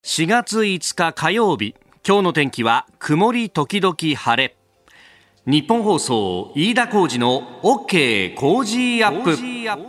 4月5日火曜日、今日の天気は曇り時々晴れ。日本放送飯田浩司の OK 工事アップ。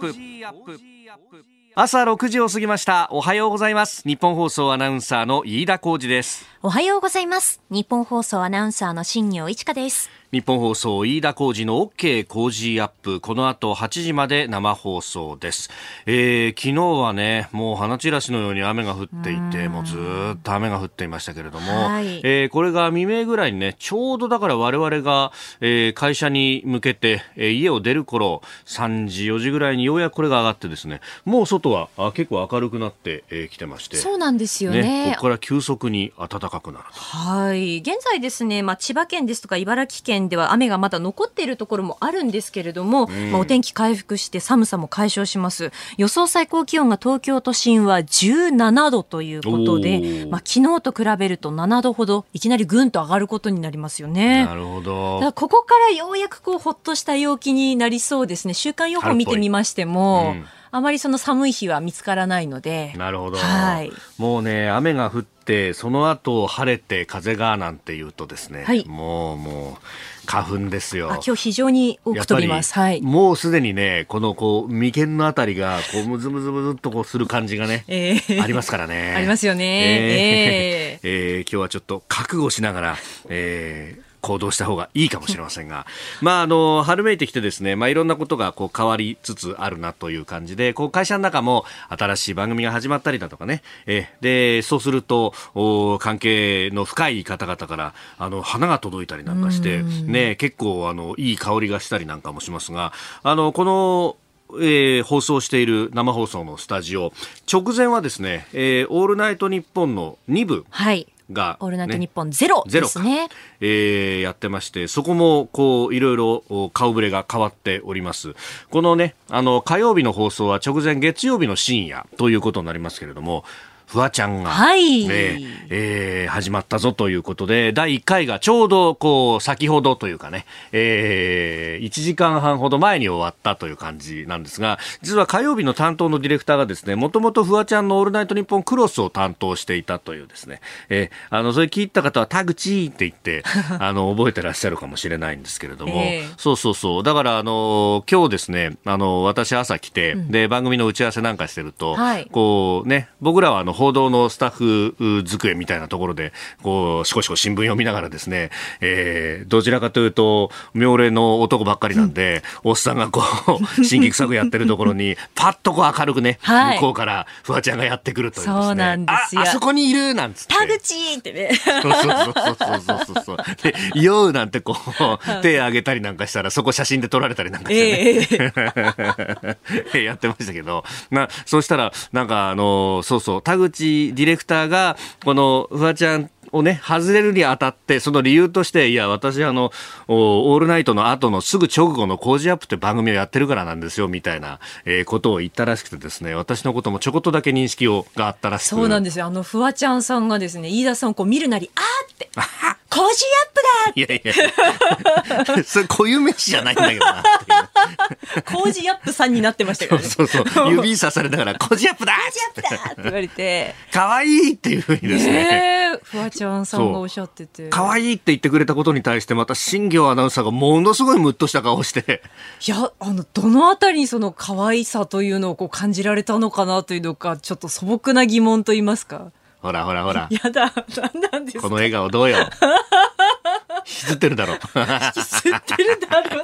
朝6時を過ぎました。おはようございます。日本放送アナウンサーの飯田浩司です。 おはようございます。日本放送アナウンサーの新業一華です。 日本放送飯田浩司の OK 工事アップ、この後8時まで生放送です。昨日はね、もう花散らしのように雨が降っていて、もうずっと雨が降っていましたけれども、 はい、 これが未明ぐらいにね、ちょうどだから我々が、会社に向けて、家を出る頃3時4時ぐらいにようやくこれが上がってですね、もう外は結構明るくなってきてまして、 そうなんですよね。 ここから急速に暖かくなると。 はい、現在ですね、千葉県ですとか茨城県では雨がまだ残っているところもあるんですけれども、お天気回復して寒さも解消します。予想最高気温が東京都心は17度ということで、昨日と比べると7度ほどいきなりぐんと上がることになりますよね。 なるほど。 だからここからようやくほっとした陽気になりそうですね。週間予報を見てみましても、あまりその寒い日は見つからないので。 なるほど、 はい、もうね、雨が降ってその後晴れて風がなんていうとですね、はい、もう花粉ですよ。 今日非常に多く飛びます。はい、 もうすでにね、この眉間のあたりがムズムズムズっとする感じがね、ありますからね。 ありますよね。 今日はちょっと覚悟しながら、行動した方がいいかもしれませんが春めいてきてですね、いろんなことが変わりつつあるなという感じで、会社の中も新しい番組が始まったりだとかね、でそうすると関係の深い方々から花が届いたりなんかして、ね、結構いい香りがしたりなんかもしますが、この放送している生放送のスタジオ直前はですね、オールナイトニッポンの2部、 はいが、 オールナイトニッポンゼロですね。 やってまして、そこもいろいろ顔ぶれが変わっております。このね、火曜日の放送は直前月曜日の深夜ということになりますけれども、フワちゃんが、始まったぞということで、第1回がちょうど先ほどというかね、1時間半ほど前に終わったという感じなんですが、実は火曜日の担当のディレクターがですね、もともとフワちゃんのオールナイトニッポンクロスを担当していたというですね、それ聞いた方は田口って言って覚えてらっしゃるかもしれないんですけれども、そうだから今日ですね、私朝来て、で番組の打ち合わせなんかしてると、僕らは報道のスタッフ机みたいなところでしこしこ新聞読みながらですね、どちらかというと妙齢の男ばっかりなんで、おっさんが新規臭くやってるところにパッと明るくね、向こうからフワちゃんがやってくるというですね、 そうなんですよ。 あそこにいるなんつって、 田口ってね、 そうでようなんて手挙げたりなんかしたらそこ写真で撮られたりなんかしてね、やってましたけど、そうしたらなんか田口ディレクターがこのフワちゃんをね外れるにあたって、その理由として、いや私オールナイトの後のすぐ直後の工事アップって番組をやってるからなんですよみたいな、ことを言ったらしくてですね、私のこともちょこっとだけ認識があったらしく。 そうなんですよ。フワちゃんさんがですね、飯田さんを見るなり、あーって工事アップだって、 いやそれ固有名詞じゃないんだけどなって工事アップさんになってましたからね。 そう指さされながら工事アップだって言われて、 可愛いっていうふうにですね、 フワちゃんさんがおっしゃってて、 可愛いって言ってくれたことに対してまた新業アナウンサーがものすごいムッとした顔して、 いやどのあたりにその可愛さというのを感じられたのかなというのか、ちょっと素朴な疑問と言いますか。 ほらやだ、何なんですかこの笑顔どうよ引きずってるだろ引きずってるだろ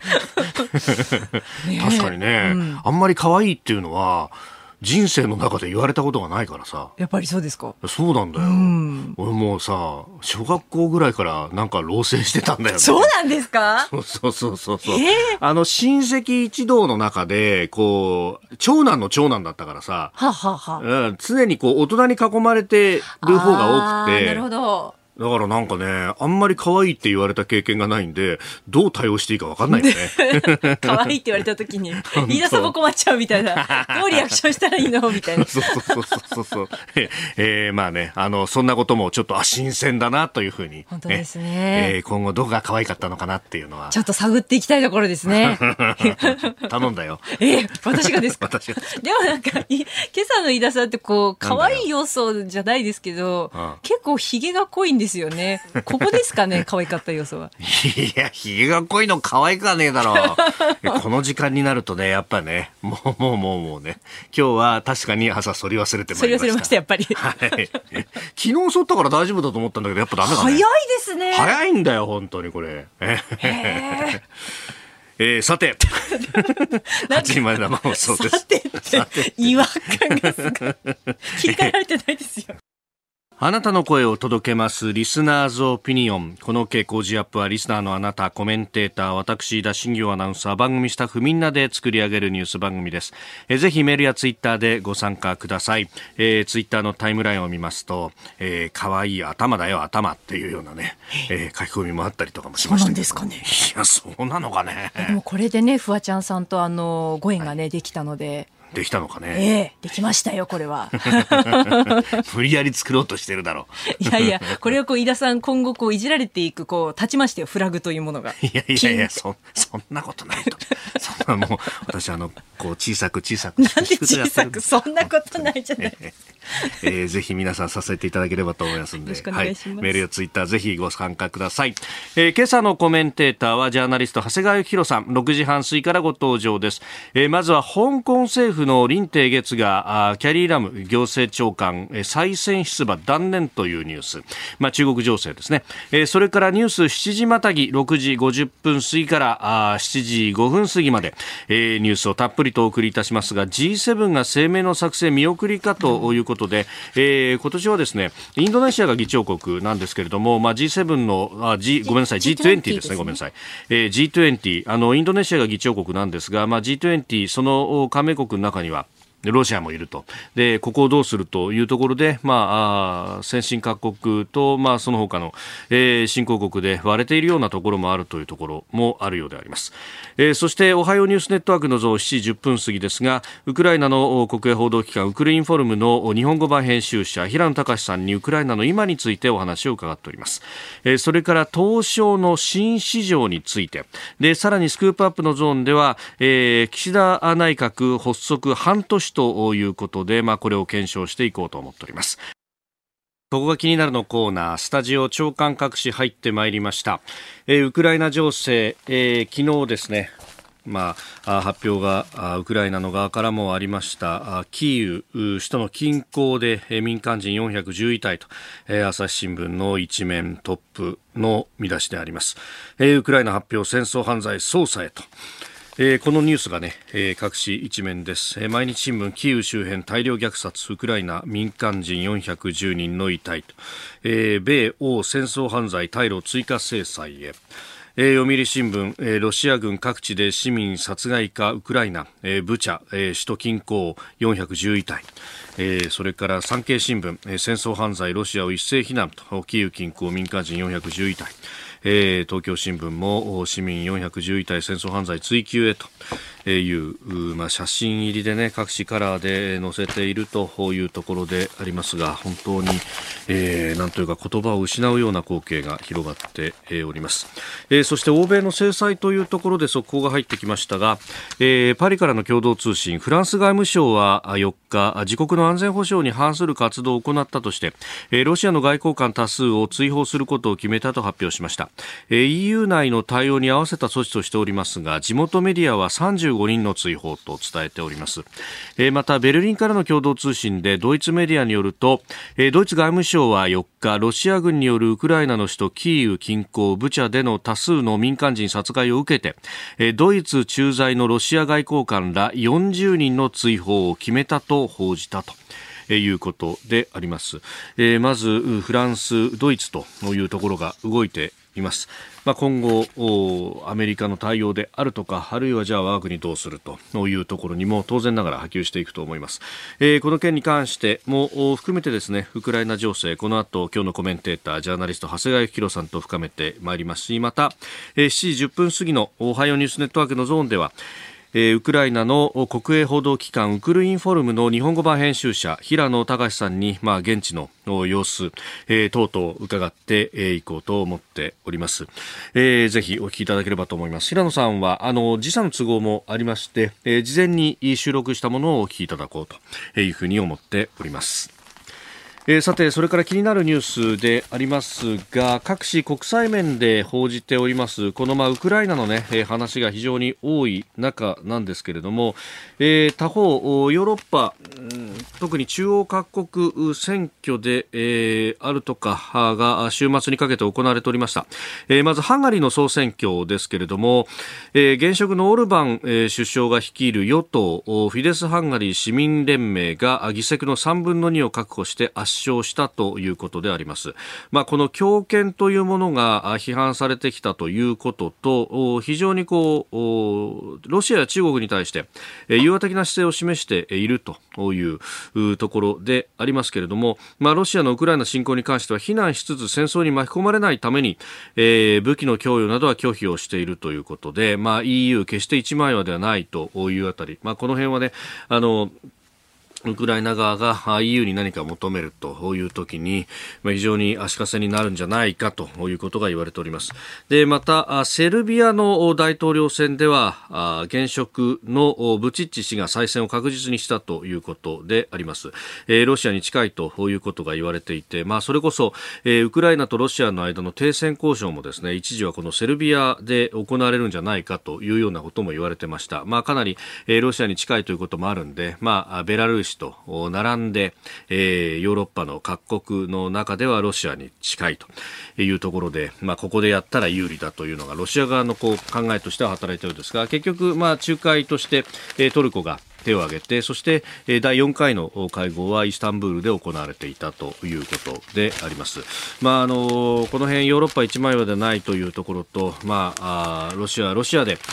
って確かにね、あんまり可愛いっていうのは人生の中で言われたことがないからさ。 やっぱりそうですか。 そうなんだよ、俺もうさ小学校ぐらいからなんか老成してたんだよね。 そうなんですか。 そう親戚一同の中で長男の長男だったからさ、常に大人に囲まれてる方が多くて、 なるほど。 だからなんかね、あんまり可愛いって言われた経験がないんで、どう対応していいか分かんないよね。 可愛いって言われた時に、飯田さんも困っちゃうみたいな。どうリアクションしたらいいのみたいな。 そう。まあね、そんなこともちょっと、新鮮だなというふうに、 本当ですね。 今後どこが可愛かったのかなっていうのは。 ちょっと探っていきたいところですね。 頼んだよ。 私がですか。 私が。 でもなんか、今朝の飯田さんってこう、可愛い要素じゃないですけど、結構ヒゲが濃いんですよね。ここですかね、可愛かった要素は。 いや、ヒゲが濃いの可愛くはねえだろう。この時間になるとね、やっぱね、もうね、今日は確かに朝剃り忘れてまいりました。 剃り忘れました、やっぱり。 はい。昨日剃ったから大丈夫だと思ったんだけど、やっぱダメだね。 早いですね。 早いんだよ、本当にこれ。さて、8時まで生放送です。 さてって違和感がすごい。切り替えられてないですよ。 あなたの声を届けますリスナーズオピニオン。この傾向ジアップはリスナーのあなた、コメンテーター、私田新行アナウンサー、番組スタッフみんなで作り上げるニュース番組です。ぜひメールやツイッターでご参加ください。ツイッターのタイムラインを見ますと、可愛い頭だよ頭っていうようなね、書き込みもあったりとかもしましたけど。 そうなんですかね。 いや、そうなのかね。 でもこれでね、フワちゃんさんとご縁がね、できたので。 できたのかね。 できましたよ、これは。 無理やり作ろうとしてるだろう。 いや、これを飯田さん今後いじられていく、立ちましたよ、フラグというものが。 いや、そんなことないと。そんなもう、私小さく。 なんで小さく、そんなことないじゃない。 ぜひ皆さん支えていただければと思いますので、 よろしくお願いします。 メールやツイッターぜひご参加ください。今朝のコメンテーターはジャーナリスト長谷川幸宏さん、6時半過ぎからご登場です。まずは香港政府の林鄭月がキャリーラム行政長官再選出馬断念というニュース、中国情勢ですね。それからニュース7時またぎ6時50分過ぎから7時5分過ぎまで、ニュースをたっぷりとお送りいたしますが、 G7 が声明の作成見送りかということで、今年はですね、インドネシアが議長国なんですけれども、G7 のごめんなさい G20 ですね、ごめんなさい、G20 インドネシアが議長国なんですが、G20 その加盟国の中にはロシアもいると。で、ここをどうするというところで、先進各国と、その他の、新興国で割れているようなところもあるというところもあるようであります。そして、おはようニュースネットワークの7時10分過ぎですが、ウクライナの国営報道機関ウクルインフォルムの日本語版編集者、平野隆さんにウクライナの今についてお話を伺っております。それから、東証の新市場について、で、さらにスクープアップのゾーンでは、岸田内閣発足半年ということで、これを検証していこうと思っております。ここが気になるのコーナー、スタジオ長官各紙入ってまいりました。ウクライナ情勢、昨日ですね、発表がウクライナの側からもありました。キーウ首都の近郊で民間人410遺体と、朝日新聞の一面トップの見出しであります。ウクライナ発表、戦争犯罪捜査へと。このニュースがね、各紙一面です。毎日新聞、キーウ周辺大量虐殺、ウクライナ民間人410人の遺体と、米欧戦争犯罪対ロ追加制裁へ。読売新聞、ロシア軍各地で市民殺害かウクライナ、ブチャ、首都近郊410遺体。それから産経新聞、戦争犯罪ロシアを一斉非難と、キーウ近郊民間人410遺体。東京新聞も市民410遺体戦争犯罪追及へという、写真入りでね、各紙カラーで載せているというところでありますが、本当に、なんというか言葉を失うような光景が広がっております。そして欧米の制裁というところで速報が入ってきましたが、パリからの共同通信、フランス外務省は4日、自国の安全保障に反する活動を行ったとして、ロシアの外交官多数を追放することを決めたと発表しました。EU 内の対応に合わせた措置としておりますが、地元メディアは35人の追放と伝えております。またベルリンからの共同通信でドイツメディアによると、ドイツ外務省は4日、ロシア軍によるウクライナの首都キーウ近郊ブチャでの多数の民間人殺害を受けて、ドイツ駐在のロシア外交官ら40人の追放を決めたと報じたということであります。まずフランス、ドイツというところが動いています。今後アメリカの対応であるとか、あるいはじゃあ我が国どうするというところにも当然ながら波及していくと思います。この件に関しても含めてですね、ウクライナ情勢、この後今日のコメンテータージャーナリスト長谷川幸宏さんと深めてまいりますし、また7時10分過ぎのおはようニュースネットワークのゾーンではウクライナの国営報道機関ウクルインフォルムの日本語版編集者平野隆さんに、現地の様子、等々伺っていこうと思っております。ぜひお聞きいただければと思います。平野さんは時差の都合もありまして、事前に収録したものをお聞きいただこうというふうに思っております。さて、それから気になるニュースでありますが、各紙国際面で報じておりますこのウクライナの、話が非常に多い中なんですけれども、他方ヨーロッパ、特に中央各国選挙で、あるとかが週末にかけて行われておりました。まずハンガリーの総選挙ですけれども、現職のオルバン、首相が率いる与党フィデスハンガリー市民連盟が議席の3分の2を確保して圧勝したということであります。この強権というものが批判されてきたということと、非常にロシアや中国に対して融和的な姿勢を示しているというところでありますけれども、ロシアのウクライナ侵攻に関しては非難しつつ戦争に巻き込まれないために、武器の供与などは拒否をしているということで、EU 決して一枚岩ではないというあたり、この辺はね、ウクライナ側が EU に何か求めるというときに非常に足かせになるんじゃないかということが言われております。で、またセルビアの大統領選では現職のブチッチ氏が再選を確実にしたということであります。ロシアに近いということが言われていて、それこそウクライナとロシアの間の停戦交渉もですね、一時はこのセルビアで行われるんじゃないかというようなことも言われてました。かなりロシアに近いということもあるんで、ベラルーシと並んで、ヨーロッパの各国の中ではロシアに近いというところで、ここでやったら有利だというのがロシア側の考えとしては働いているんですが、結局、仲介としてトルコが手を挙げて、そして第4回の会合はイスタンブールで行われていたということであります。この辺ヨーロッパ一枚岩ではないというところと、ロシアはロシアで、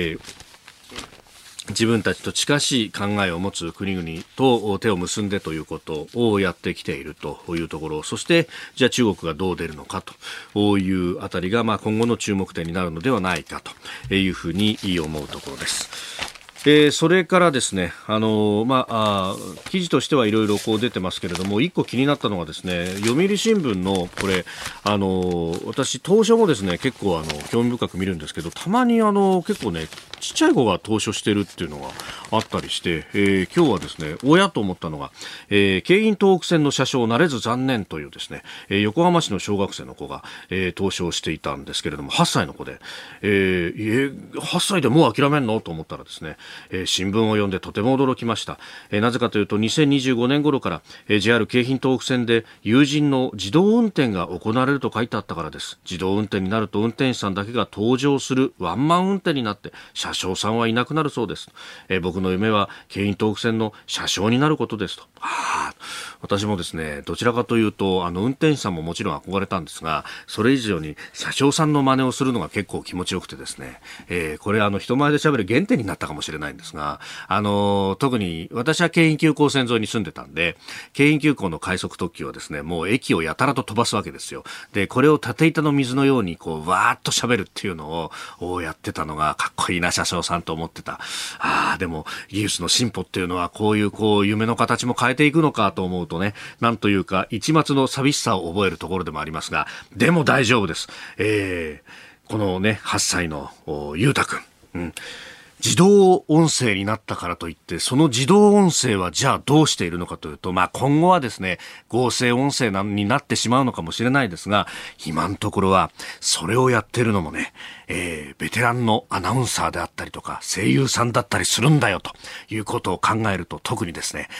自分たちと近しい考えを持つ国々と手を結んでということをやってきているというところ、そしてじゃあ中国がどう出るのかというあたりが今後の注目点になるのではないかというふうに思うところです。それからですね、記事としてはいろいろ出てますけれども、一個気になったのがですね、読売新聞のこれ私投書もですね結構興味深く見るんですけど、たまに結構ねちっちゃい子が投書してるっていうのがあったりして、今日はですね親と思ったのが、京浜東北線の車掌慣れず残念というですね、横浜市の小学生の子が、投書をしていたんですけれども、8歳の子で、8歳でもう諦めんのと思ったらですね、新聞を読んでとても驚きました。なぜかというと2025年頃から、JR 京浜東北線で有人の自動運転が行われると書いてあったからです。自動運転になると運転手さんだけが搭乗するワンマン運転になって車掌さんはいなくなるそうです。僕の夢は京浜東北線の車掌になることですと。私もですねどちらかというと運転手さんももちろん憧れたんですが、それ以上に車掌さんの真似をするのが結構気持ちよくてですね、これ人前で喋る原点になったかもしれないんですが、特に私は京浜急行線沿いに住んでたんで、京浜急行の快速特急はですねもう駅をやたらと飛ばすわけですよ。でこれを縦板の水のようにわーっと喋るっていうのをやってたのがかっこいいな車掌さんと思ってた。でも技術の進歩っていうのはこういう夢の形も変えていくのかと思うとね、なんというか一抹の寂しさを覚えるところでもありますが、でも大丈夫です。このね8歳のゆうたくん、自動音声になったからといってその自動音声はじゃあどうしているのかというと、今後はですね合成音声になってしまうのかもしれないですが、今のところはそれをやってるのもね、ベテランのアナウンサーであったりとか声優さんだったりするんだよということを考えると、特にですね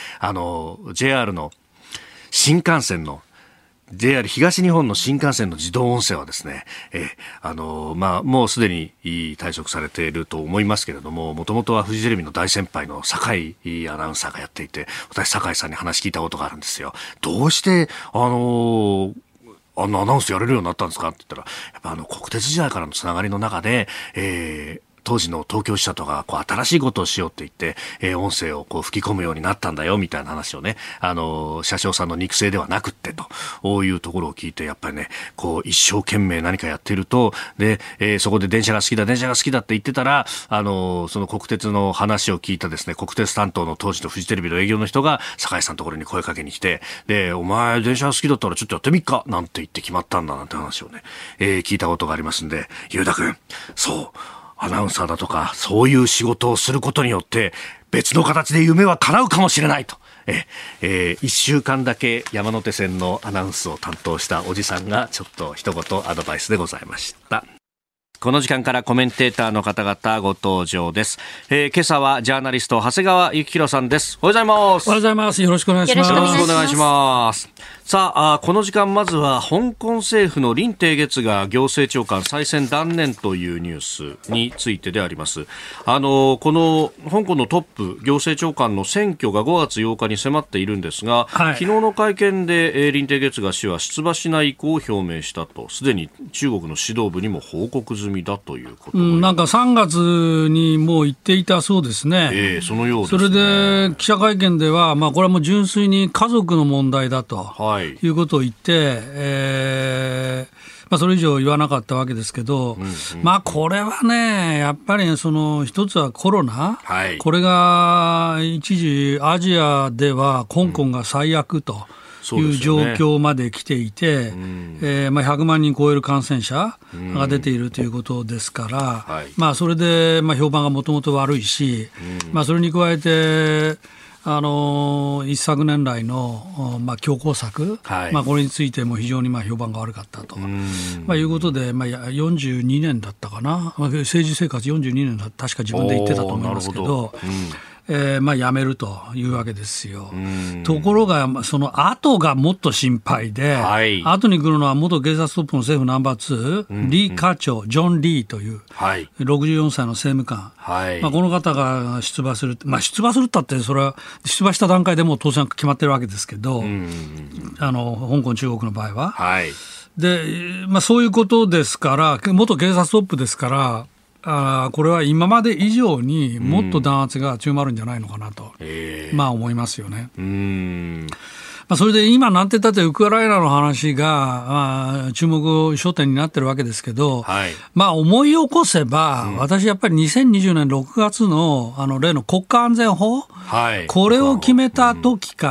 JR の新幹線のJR 東日本の新幹線の自動音声はですね、もうすでに退職されていると思いますけれども、もともとはフジテレビの大先輩の酒井アナウンサーがやっていて、私酒井さんに話聞いたことがあるんですよ。どうしてあのアナウンスやれるようになったんですかって言ったら、やっぱ国鉄時代からのつながりの中で、当時の東京支社とかこう新しいことをしようって言って、音声をこう吹き込むようになったんだよみたいな話をね、車掌さんの肉声ではなくってというところを聞いて、やっぱりね、こう一生懸命何かやっていると、で、そこで電車が好きだって言ってたら、その国鉄の話を聞いたですね、国鉄担当の当時のフジテレビの営業の人が堺さんのところに声かけに来て、で、お前電車が好きだったらちょっとやってみっかなんて言って決まったんだなんて話をね、聞いたことがありますんで、ゆうたくん、そうアナウンサーだとかそういう仕事をすることによって別の形で夢は叶うかもしれないと、1週間だけ山手線のアナウンスを担当したおじさんがちょっと一言アドバイスでございました。この時間からコメンテーターの方々ご登場です。今朝はジャーナリスト長谷川幸宏さんです。おはようございます。 おはようございます。よろしくお願いします。 よろしくお願いします。さあ、この時間まずは香港政府の林鄭月娥行政長官再選断念というニュースについてであります。この香港のトップ行政長官の選挙が5月8日に迫っているんですが、 はい、 昨日の会見で林鄭月娥氏は出馬しない意向を表明したと、すでに中国の指導部にも報告済みだということ、 なんか3月にもう言っていたそうですね。 そのようですね。 それで記者会見では、これはもう純粋に家族の問題だと、いうことを言って、それ以上言わなかったわけですけど、これはね、やっぱりその一つはコロナ、これが一時アジアでは香港が最悪という状況まで来ていて、100万人超える感染者が出ているということですから、それで評判がもともと悪いし、それに加えて一昨年来の、強硬策、これについても非常に評判が悪かったと、いうことで、42年だったかな、政治生活42年だ確か自分で言ってたと思いますけど、辞めるというわけですよ。ところがその後がもっと心配で、後に来るのは元警察トップの政府ナンバー2、リー課長ジョン・リーという、64歳の政務官、この方が出馬する、出馬するったってそれは出馬した段階でもう当選決まってるわけですけど、香港中国の場合は、で、そういうことですから、元警察トップですから、これは今まで以上にもっと弾圧が強まるんじゃないのかなと、思いますよね。それで今なんて言ったってウクライナの話が、注目焦点になってるわけですけど、思い起こせば、私やっぱり2020年6月の例の国家安全法、これを決めた時から、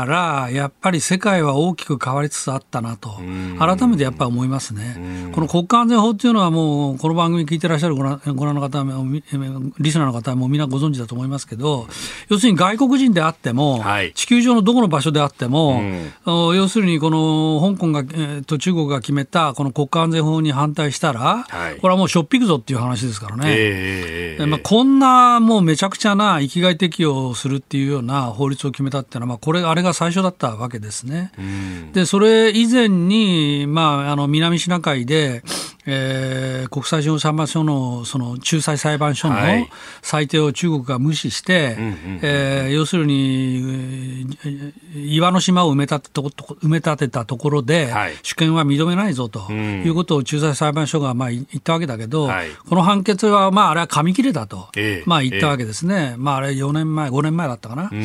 やっぱり世界は大きく変わりつつあったなと、改めてやっぱり思いますね。この国家安全法っていうのはもう、この番組聞いてらっしゃるご覧の方も、リスナーの方もみんなご存知だと思いますけど、要するに外国人であっても、地球上のどこの場所であっても、要するにこの香港が、と中国が決めたこの国家安全法に反対したら、これはもうしょっぴくぞっていう話ですからね。こんなもうめちゃくちゃな域外適用をするっていうような法律を決めたっていうのは、あれが最初だったわけですね。で、それ以前に、南シナ海で、国際司法裁判所のその仲裁裁判所の裁定を中国が無視して、要するに岩の島を埋め立てたところで、主権は認めないぞということを仲裁裁判所が言ったわけだけど、この判決はあれは紙切れだと言ったわけですね。あれ4年前5年前だったかな。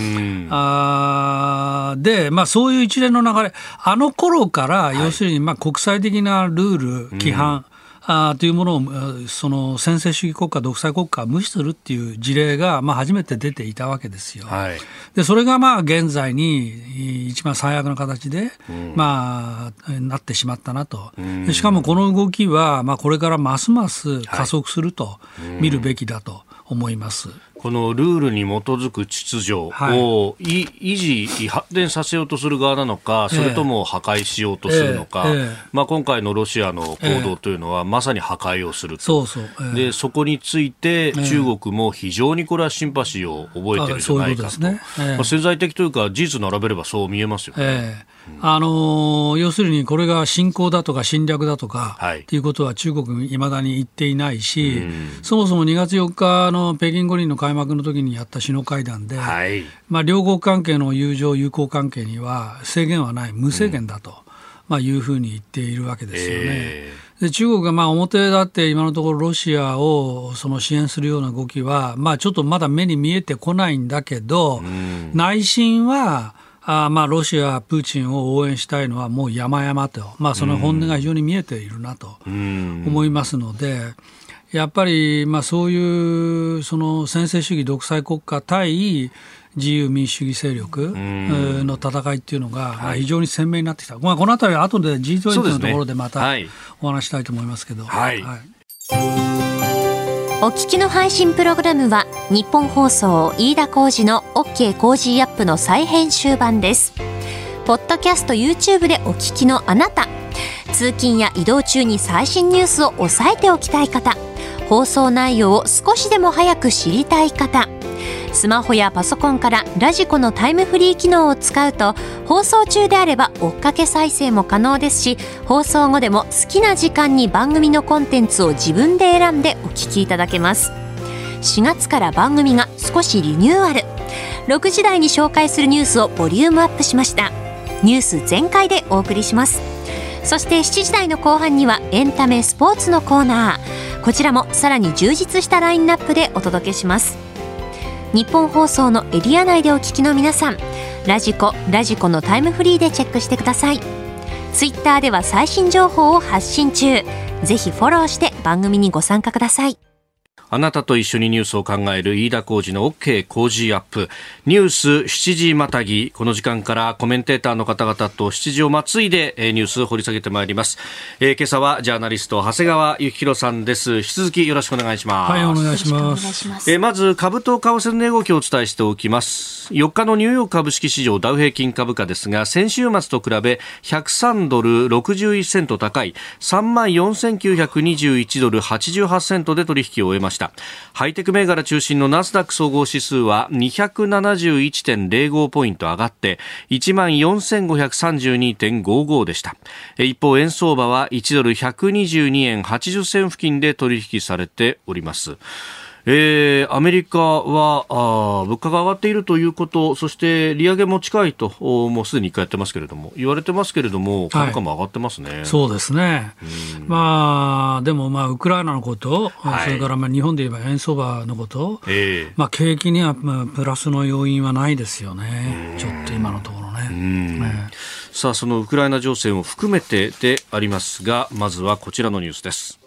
で、そういう一連の流れ、あの頃から要するに国際的なルール規範というものをその専制主義国家独裁国家を無視するっていう事例が初めて出ていたわけですよ。でそれが現在に一番最悪な形で、なってしまったなと。でしかもこの動きはこれからますます加速すると見るべきだと思います。 このルールに基づく秩序を維持、発展させようとする側なのか、それとも破壊しようとするのか、今回のロシアの行動というのはまさに破壊をすると。でそこについて中国も非常にこれはシンパシーを覚えているんじゃないかと。潜在的というか事実並べればそう見えますよね。 要するにこれが侵攻だとか侵略だとかということは中国いまだに言っていないし、そもそも2月4日の北京五輪の開幕の時にやった首脳会談で、両国関係の友情友好関係には制限はない、無制限だというふうに言っているわけですよね。で中国が表立って今のところロシアをその支援するような動きは、ちょっとまだ目に見えてこないんだけど、内心はロシア、プーチンを応援したいのはもう山々と、その本音が非常に見えているなと思いますので、やっぱりそういうその専制主義独裁国家対自由民主主義勢力の戦いっていうのが非常に鮮明になってきた。このあたりは後で G20 のところでまたお話したいと思いますけど。 お聞きの配信プログラムは日本放送飯田浩司の OK コージーアップの再編集版です。ポッドキャスト YouTube でお聞きのあなた、通勤や移動中に最新ニュースを押さえておきたい方、放送内容を少しでも早く知りたい方、スマホやパソコンからラジコのタイムフリー機能を使うと放送中であれば追っかけ再生も可能ですし、放送後でも好きな時間に番組のコンテンツを自分で選んでお聞きいただけます。4月から番組が少しリニューアル。6時台に紹介するニュースをボリュームアップしました。ニュース全開でお送りします。そして7時台の後半にはエンタメスポーツのコーナー、こちらもさらに充実したラインナップでお届けします。日本放送のエリア内でお聞きの皆さん、ラジコのタイムフリーでチェックしてください。ツイッターでは最新情報を発信中。ぜひフォローして番組にご参加ください。 あなたと一緒にニュースを考える飯田浩司の OK 工事アップニュース7時またぎ。この時間からコメンテーターの方々と7時をまついでニュースを掘り下げてまいります。今朝はジャーナリスト長谷川幸宏さんです。引き続きよろしくお願いします。 はい、お願いします。 まず株と為替の値動きをお伝えしておきます。4日のニューヨーク株式市場ダウ平均株価ですが、先週末と比べ103ドル61セント高い 34,921 ドル88セントで取引を終えました。ハイテク銘柄中心のナスダック総合指数は 271.05 ポイント上がって14,532.55 でした。一方円相場は1ドル122円80銭付近で取引されております。アメリカは物価が上がっているということ、そして利上げも近いともうすでに1回やってますけれども言われてますけれども、株価も上がってますね。 そうですね。でもウクライナのこと、それから日本で言えば円相場のこと、景気にはプラスの要因はないですよね。ちょっと今のところね。 さあそのウクライナ情勢も含めてでありますが、まずはこちらのニュースです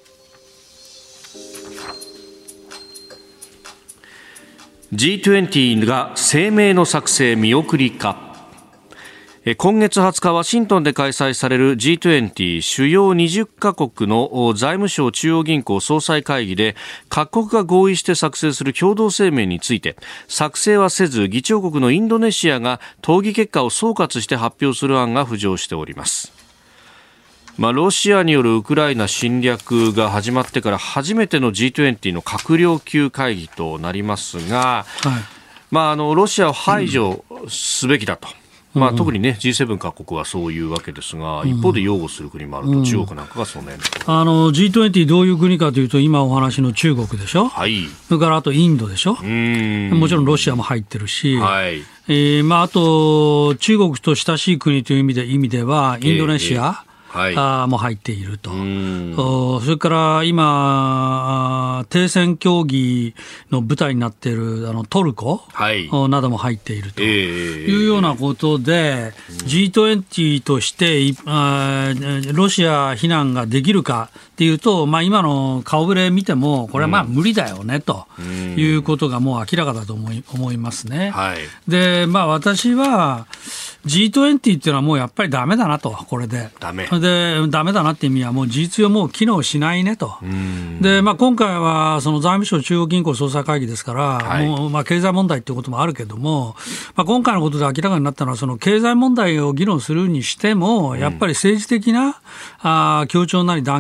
。G20 が声明の作成見送りか。今月20日ワシントンで開催される G20 主要20カ国の財務省中央銀行総裁会議で各国が合意して作成する共同声明について、作成はせず議長国のインドネシアが討議結果を総括して発表する案が浮上しております。ロシアによるウクライナ侵略が始まってから初めての G20 の閣僚級会議となりますが、ロシアを排除すべきだと、特にね G7 各国はそういうわけですが、一方で擁護する国もあると、中国なんかがそうね。 G20 どういう国かというと、今お話の中国でしょ、それからあとインドでしょ、もちろんロシアも入ってるし、あと中国と親しい国という意味ではインドネシア、も入っていると。それから今停戦協議の舞台になっているトルコ、なども入っているというようなことで、G20 としてロシア非難ができるかっていうと、今の顔ぶれ見てもこれは無理だよねということがもう明らかだと思いますね。で、私はG20 っていうのはもうやっぱりダメだなと、これで。ダメだなって意味はもう事実上もう機能しないねと。で、今回はその財務省中央銀行総裁会議ですから、もう経済問題っていうこともあるけども、今回のことで明らかになったのは、その経済問題を議論するにしても、やっぱり政治的な協調なり団結なり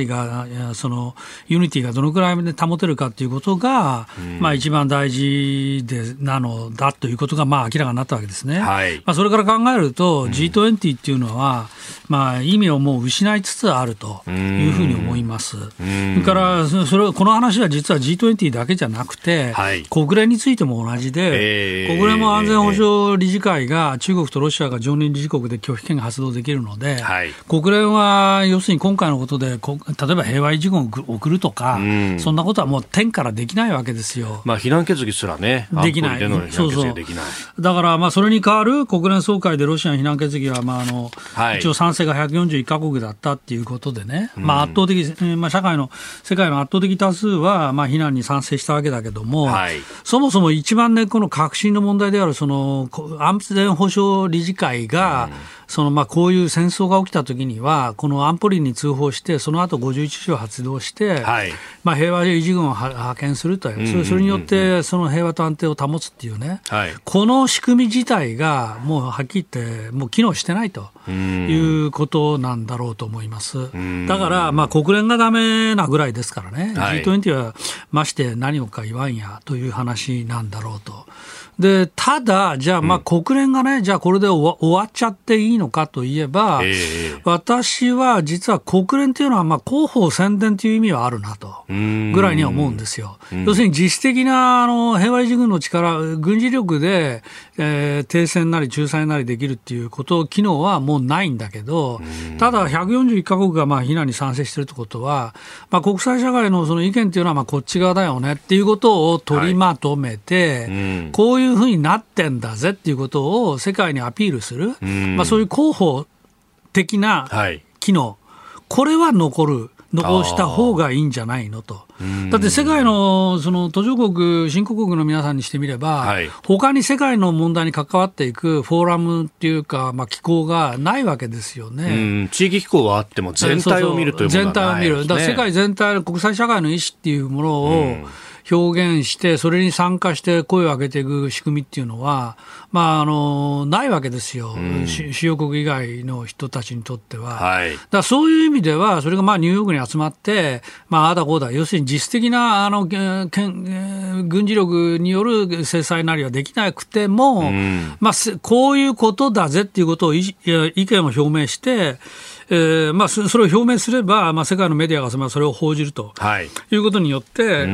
りがそのユニティがどのくらいで保てるかということが、一番大事なのだということが明らかになったわけですね。はい、それから考えると、G20 っていうのは、意味をもう失いつつあるというふうに思います。それからこの話は実は G20 だけじゃなくて、はい、国連についても同じで、国連も安全保障理事会が中国とロシアが常任理事国で拒否権が発動できるので、はい、国連は要するに今回のことで例えば平和維持軍を送るとか、そんなことはもう天からできないわけですよ。 非難決議すらね、 できない。だからそれに代わる国連総会でロシアの非難決議ははい、一応賛成が141カ国だったっていうことでね、圧倒的、世界の圧倒的多数は非難に賛成したわけだけども、はい、そもそも一番根っこの核心の問題であるその安全保障理事会が、こういう戦争が起きたときにはこの安保理に通報してその後51条を発動して、はい、平和維持軍を派遣するという、それによってその平和と安定を保つっていうね、はい、この仕組み自体がもうはっきり言ってもう機能してないということなんだろうと思います。だから国連がダメなぐらいですからね、はい、G20 はまして何をか言わんやという話なんだろうと。でただ、じゃあ国連がね、じゃあこれで終わっちゃっていいのかといえば、私は実は国連というのは広報宣伝という意味はあるなとぐらいには思うんですよ。要するに実質的な平和維持軍の力、軍事力で、停戦なり仲裁なりできるっていうこと機能はもうないんだけど、ただ141カ国が非難に賛成しているということは、国際社会のその意見というのはこっち側だよねっていうことを取りまとめて、はい、こういうふうになってんだぜっていうことを世界にアピールする、そういう広報的な機能、はい、これは残した方がいいんじゃないのと。だって世界のその途上国、新興国の皆さんにしてみれば、はい、他に世界の問題に関わっていくフォーラムっていうか、機構がないわけですよね。 地域機構はあっても全体を見るというものはないですね。全体を見る。だから世界全体の国際社会の意思っていうものを、表現して、それに参加して声を上げていく仕組みっていうのは、ないわけですよ、主要国以外の人たちにとっては。はい、だからそういう意味では、それがニューヨークに集まって、ああだこうだ、要するに実質的な軍事力による制裁なりはできなくても、こういうことだぜっていうことを意見を表明して、それを表明すれば、世界のメディアがそれを報じると、いうことによって、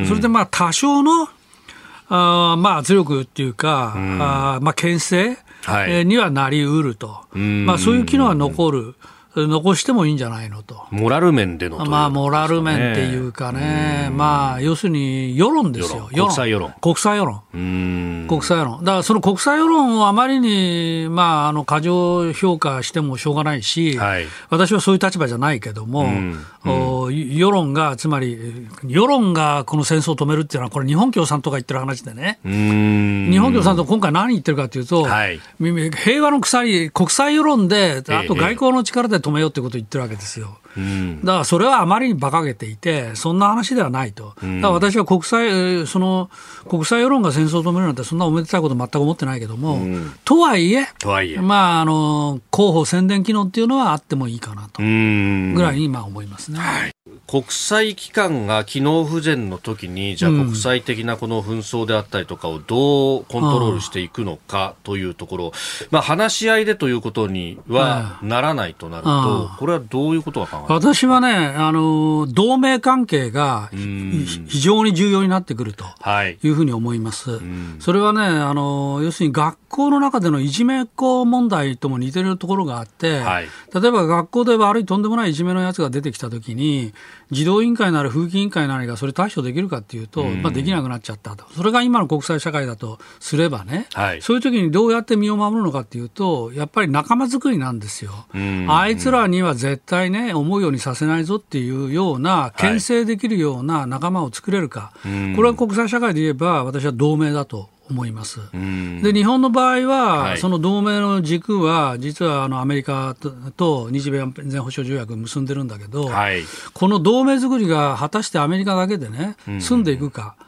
それで多少の圧力っていうか、牽制、にはなりうると、そういう機能は残してもいいんじゃないのと。モラル面でのという、 モラル面っていうかね、要するに世論ですよ。 国際世論。 国際世論。だからその国際世論をあまりに、過剰評価してもしょうがないし、はい、私はそういう立場じゃないけども、世論が、つまり世論がこの戦争を止めるっていうのは、これ日本共産党が言ってる話でね、日本共産党今回何言ってるかというと、はい、平和の鎖、国際世論で、あと外交の力で止めようということを言ってるわけですよ。だからそれはあまりに馬鹿げていて、そんな話ではないと。だから私は国際世論が戦争を止めるなんてそんなおめでたいこと全く思ってないけども、とはいえ、広報宣伝機能っていうのはあってもいいかなとぐらいに思いますね。はい、 国際機関が機能不全の時に、じゃあ国際的なこの紛争であったりとかをどうコントロールしていくのかというところ、話し合いでということにはならないとなると、これはどういうことが考えられますか？ 私はね、同盟関係が非常に重要になってくるというふうに思います。それはね、要するに学校の中でのいじめっ子問題とも似てるところがあって、はい、例えば学校で悪いとんでもないいじめのやつが出てきたときに、児童委員会なり風紀委員会なりがそれ対処できるかっていうと、できなくなっちゃったと。それが今の国際社会だとすればね、はい、そういう時にどうやって身を守るのかっていうと、やっぱり仲間作りなんですよ。あいつらには絶対ね、思うようにさせないぞっていうような、牽制できるような仲間を作れるか、これは国際社会で言えば私は同盟だと思います。で、日本の場合は、その同盟の軸は実はアメリカと日米安全保障条約を結んでるんだけど、この同盟作りが果たしてアメリカだけでね、済んでいくか。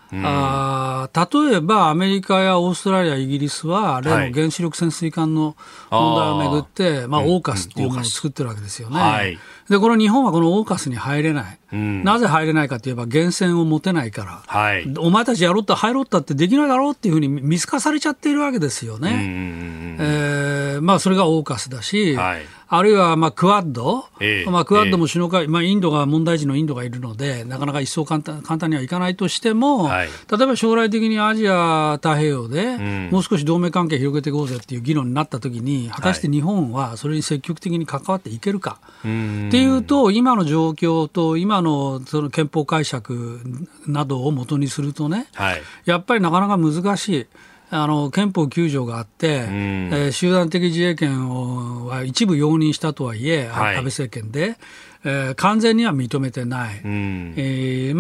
例えばアメリカやオーストラリア、イギリスは例の原子力潜水艦の問題をめぐって、オーカスっていうものを作ってるわけですよね。はい、でこの日本はこのオーカスに入れない、なぜ入れないかといえば源泉を持てないから、はい、お前たちやろうった入ろうったってできないだろうっていうふうに見透かされちゃっているわけですよね。それがオーカスだし、はい、あるいはクアッド、クアッドも首脳会、インドが問題児のインドがいるのでなかなか一層簡単にはいかないとしても、はい、例えば将来的にアジア太平洋でもう少し同盟関係広げていこうぜっていう議論になったときに果たして日本はそれに積極的に関わっていけるか、っていうと今の状況と今のその憲法解釈などを元にするとね、はい、やっぱりなかなか難しい。憲法9条があって、集団的自衛権を一部容認したとはいえ、はい、安倍政権で、完全には認めてない、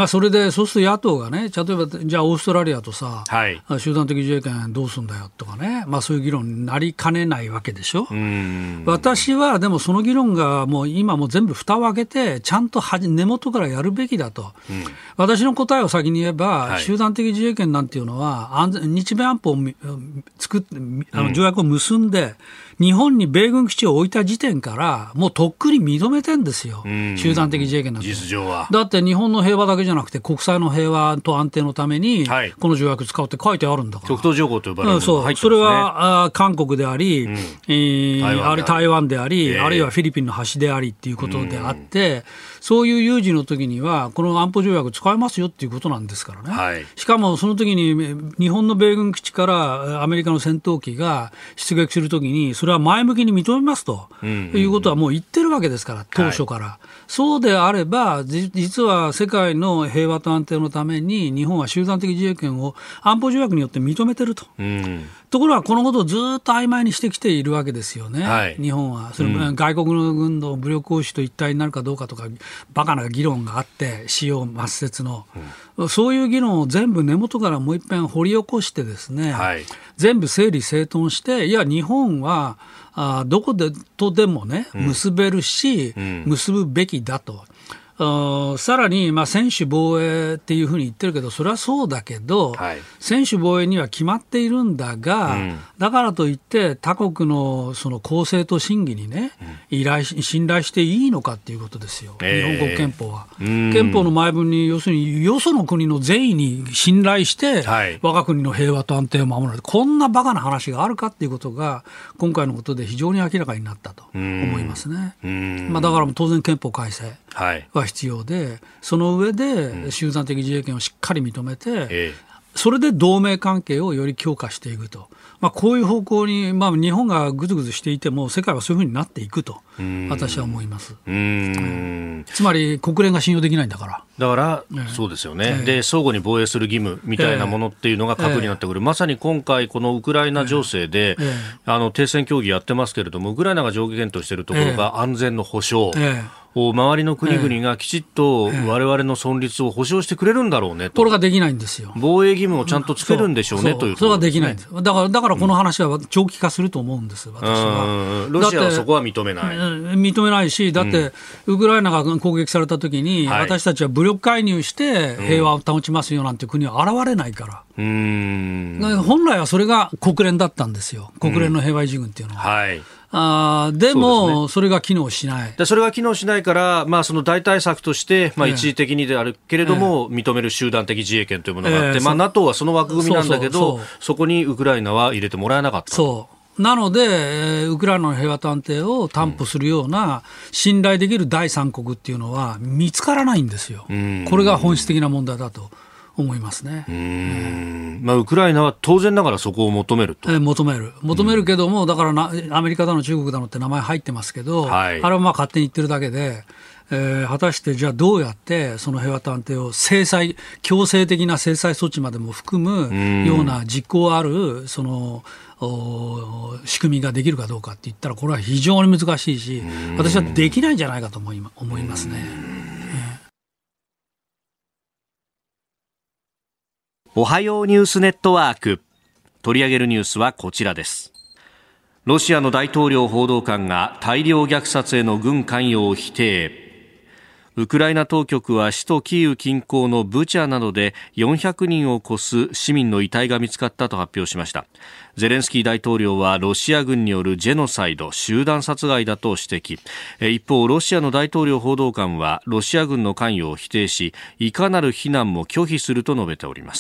それでそうすると野党がね、例えばじゃあオーストラリアとさ、はい、集団的自衛権どうすんだよとかね、そういう議論になりかねないわけでしょ。私はでもその議論がもう今もう全部蓋を開けてちゃんと根元からやるべきだと、私の答えを先に言えば、はい、集団的自衛権なんていうのは日米安保を作って条約を結んで日本に米軍基地を置いた時点からもうとっくに認めてんですよ、集団的自衛権なんて。 実情はだって日本の平和だけじゃなくて国際の平和と安定のためにこの条約使うって書いてあるんだから、 極東条項と呼ばれるものが入ってますね。 それは韓国であり、台湾であり、あるいはフィリピンの端でありっていうことであって、そういう有事の時にはこの安保条約使えますよっていうことなんですからね、はい、しかもその時に日本の米軍基地からアメリカの戦闘機が出撃する時にそれは前向きに認めますと、いうことはもう言ってるわけですから当初から、はい、そうであれば実は世界の平和と安定のために日本は集団的自衛権を安保条約によって認めてると、ところがこのことをずっと曖昧にしてきているわけですよね、はい、日本はそれ、外国の軍の武力行使と一体になるかどうかとかバカな議論があって使用抹殺の、そういう議論を全部根元からもう一遍掘り起こしてですね、はい、全部整理整頓していや日本はどこでとでもね結べるし、結ぶべきだと。さらに、専守防衛っていうふうに言ってるけどそれはそうだけど、はい、専守防衛には決まっているんだが、だからといって他国のその公正と審議にね、信頼していいのかっていうことですよ、日本国憲法は。憲法の前文に要するによその国の善意に信頼して、はい、我が国の平和と安定を守られる、こんなバカな話があるかっていうことが今回のことで非常に明らかになったと思いますね。だから当然憲法改正は必要で、その上で集団的自衛権をしっかり認めて、それで同盟関係をより強化していくと、こういう方向に、日本がぐずぐずしていても世界はそういうふうになっていくと私は思います。つまり国連が信用できないんだから。 だから、そうですよね、で相互に防衛する義務みたいなものっていうのが核になってくる、まさに今回このウクライナ情勢で、停戦協議やってますけれどもウクライナが上下限としているところが安全の保障、周りの国々がきちっと我々の存立を保障してくれるんだろうねと、 これができないんですよ。 防衛義務をちゃんとつけるんでしょうねという、 それができないんです。だからこの話は長期化すると思うんです、私は。 ロシアはそこは認めない。 認めないし、だってウクライナが攻撃されたときに、私たちは武力介入して平和を保ちますよなんて国は現れないから。本来はそれが国連だったんですよ、国連の平和維持軍っていうのは。でもそれが機能しない。 それが機能しないから、その代替策として、一時的にであるけれども、認める集団的自衛権というものがあって、NATO はその枠組みなんだけど、そこにウクライナは入れてもらえなかった。 そうなので、ウクライナの平和と安定を担保するような信頼できる第三国っていうのは見つからないんですよ。これが本質的な問題だと思いますね。 ウクライナは当然ながらそこを求めると。 求めるけども、だからアメリカだの中国だのって名前入ってますけど、あれは勝手に言ってるだけで、果たしてじゃあどうやってその平和と安定を強制的な制裁措置までも含むような実効あるその仕組みができるかどうかって言ったらこれは非常に難しいし、私はできないんじゃないかと思いますね。 おはようニュースネットワーク、取り上げるニュースはこちらです。ロシアの大統領報道官が大量虐殺への軍関与を否定。 ウクライナ当局は首都キーウ近郊のブチャなどで400人を超す市民の遺体が見つかったと発表しました。ゼレンスキー大統領はロシア軍によるジェノサイド、集団殺害だと指摘。一方、ロシアの大統領報道官はロシア軍の関与を否定し、いかなる非難も拒否すると述べております。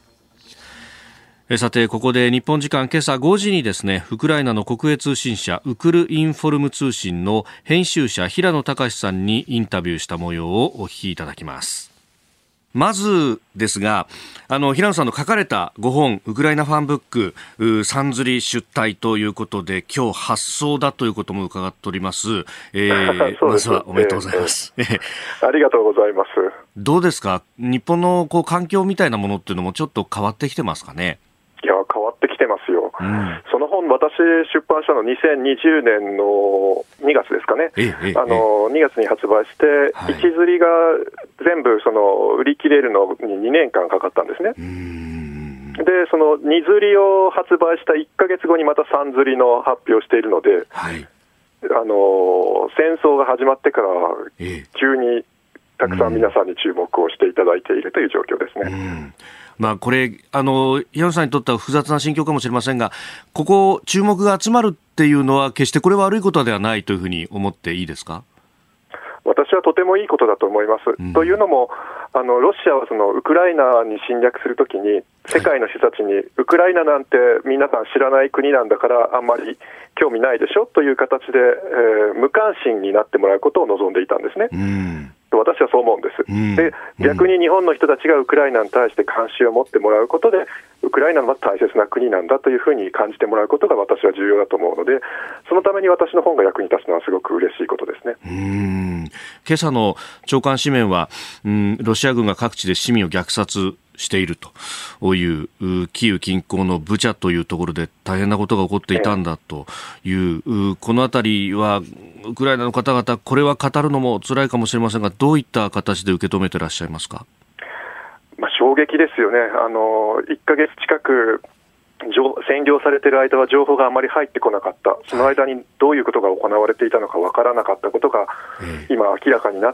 さて、ここで日本時間今朝5時にですね、ウクライナの国営通信社ウクルインフォルム通信の編集者平野隆さんにインタビューした模様をお聞きいただきます。まずですが、平野さんの書かれた5本ウクライナファンブックさんずり出題ということで、今日発送だということも伺っております。まずはおめでとうございます。 ありがとうございます。 どうですか、日本の環境みたいなものっていうのもちょっと変わってきてますかね。 いや、変わってきてますよ。その本、私出版したの2020年の2月ですかね。2月に発売して、はい、1刷りが全部売り切れるのに2年間かかったんですね。で、その2刷りを発売した1ヶ月後にまた3刷りの発表しているので、はい、戦争が始まってから急にたくさん皆さんに注目をしていただいているという状況ですね。 これ平野さんにとっては複雑な心境かもしれませんが、ここ注目が集まるっていうのは決してこれは悪いことではないというふうに思っていいですか。 私はとてもいいことだと思います。というのもロシアはウクライナに侵略するときに世界の人たちに、ウクライナなんて皆さん知らない国なんだからあんまり興味ないでしょという形で、無関心になってもらうことを望んでいたんですね。私はそう思うんです。で、逆に日本の人たちがウクライナに対して関心を持ってもらうことで、ウクライナの大切な国なんだというふうに感じてもらうことが私は重要だと思うので、そのために私の本が役に立つのはすごく嬉しいことですね。 今朝の朝刊紙面は、ロシア軍が各地で市民を虐殺しているというキーウ近郊のブチャというところで大変なことが起こっていたんだという、このあたりはウクライナの方々、これは語るのも辛いかもしれませんが、どういった形で受け止めてらっしゃいますか。 衝撃ですよね。1ヶ月近く占領されている間は情報があまり入ってこなかった。その間にどういうことが行われていたのかわからなかったことが今明らかになって、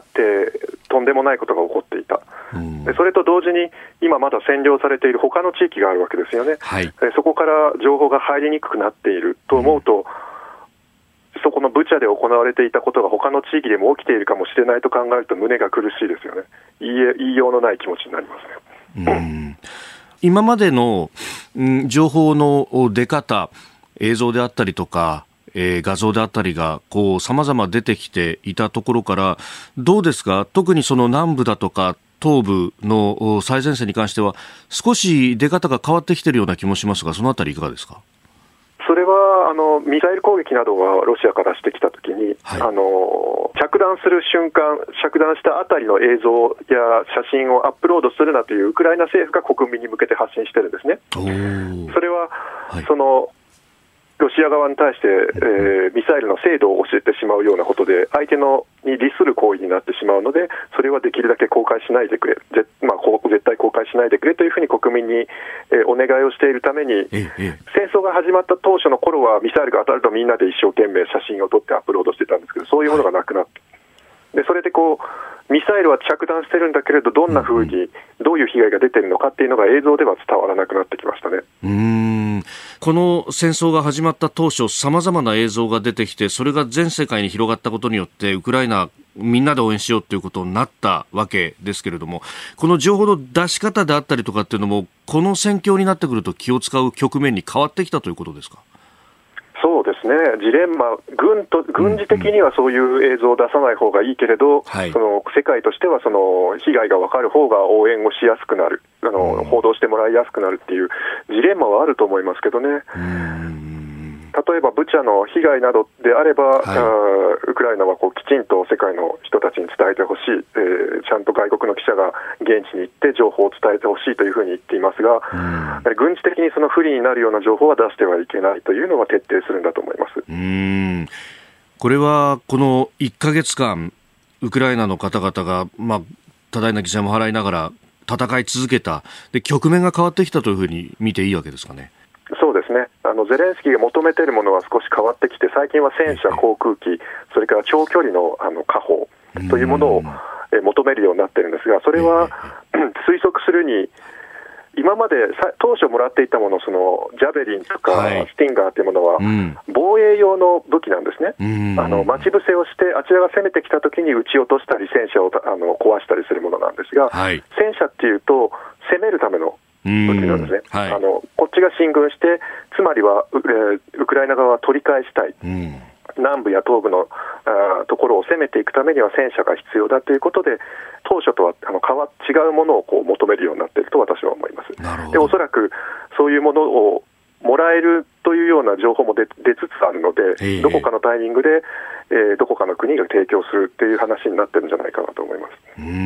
とんでもないことが起こっていた。それと同時に今まだ占領されている他の地域があるわけですよね。そこから情報が入りにくくなっていると思うと、そこのブチャで行われていたことが他の地域でも起きているかもしれないと考えると胸が苦しいですよね。言いようのない気持ちになりますね。 今までの、情報の出方、映像であったりとか、画像であったりが様々出てきていたところから、どうですか。特にその南部だとか東部の最前線に関しては少し出方が変わってきているような気もしますが、そのあたりいかがですか。 それはミサイル攻撃などがロシアからしてきたときに、着弾する瞬間、着弾したあたりの映像や写真をアップロードするなというウクライナ政府が国民に向けて発信してるんですね。それは、ロシア側に対して、ミサイルの精度を教えてしまうようなことで、相手に利する行為になってしまうので、それはできるだけ公開しないでくれ、絶対公開しないでくれというふうに国民に、お願いをしているために、戦争が始まった当初の頃はミサイルが当たるとみんなで一生懸命写真を撮ってアップロードしてたんですけど、そういうものがなくなって、でそれでミサイルは着弾してるんだけれど、どんな風にどういう被害が出てるのかっていうのが映像では伝わらなくなってきましたね。 この戦争が始まった当初、様々な映像が出てきて、それが全世界に広がったことによって、ウクライナみんなで応援しようということになったわけですけれども、この情報の出し方であったりとかっていうのも、この戦況になってくると気を使う局面に変わってきたということですか。 そうですね、ジレンマ、軍事的にはそういう映像を出さない方がいいけれど、その世界としてはその被害が分かる方が応援をしやすくなる、報道してもらいやすくなるっていうジレンマはあると思いますけどね。例えばブチャの被害などであれば、ウクライナはきちんと世界の人たちに伝えてほしい、ちゃんと外国の記者が現地に行って情報を伝えてほしいというふうに言っていますが、軍事的にその不利になるような情報は出してはいけないというのは徹底するんだと思います。 これはこの1ヶ月間ウクライナの方々が、多大な犠牲も払いながら戦い続けた、で局面が変わってきたというふうに見ていいわけですかね。 そうですね、ゼレンスキーが求めているものは少し変わってきて、最近は戦車、航空機、それから長距離の火砲というものを求めるようになっているんですが、それは、推測するに、今まで当初もらっていたもの、そのジャベリンとかスティンガーというものは、防衛用の武器なんですね。待ち伏せをして、あちらが攻めてきたときに撃ち落としたり、戦車を壊したりするものなんですが、戦車っていうと、攻めるための武器なんですね。こっちが進軍して、つまりはウクライナ側は取り返したい。南部や東部のところを攻めていくためには戦車が必要だということで、当初とは違うものをこう求めるようになっていると私は思います。でおそらくそういうものをもらえるというような情報も出つつあるので、どこかのタイミングで、どこかの国が提供するという話になってるんじゃないかなと思います。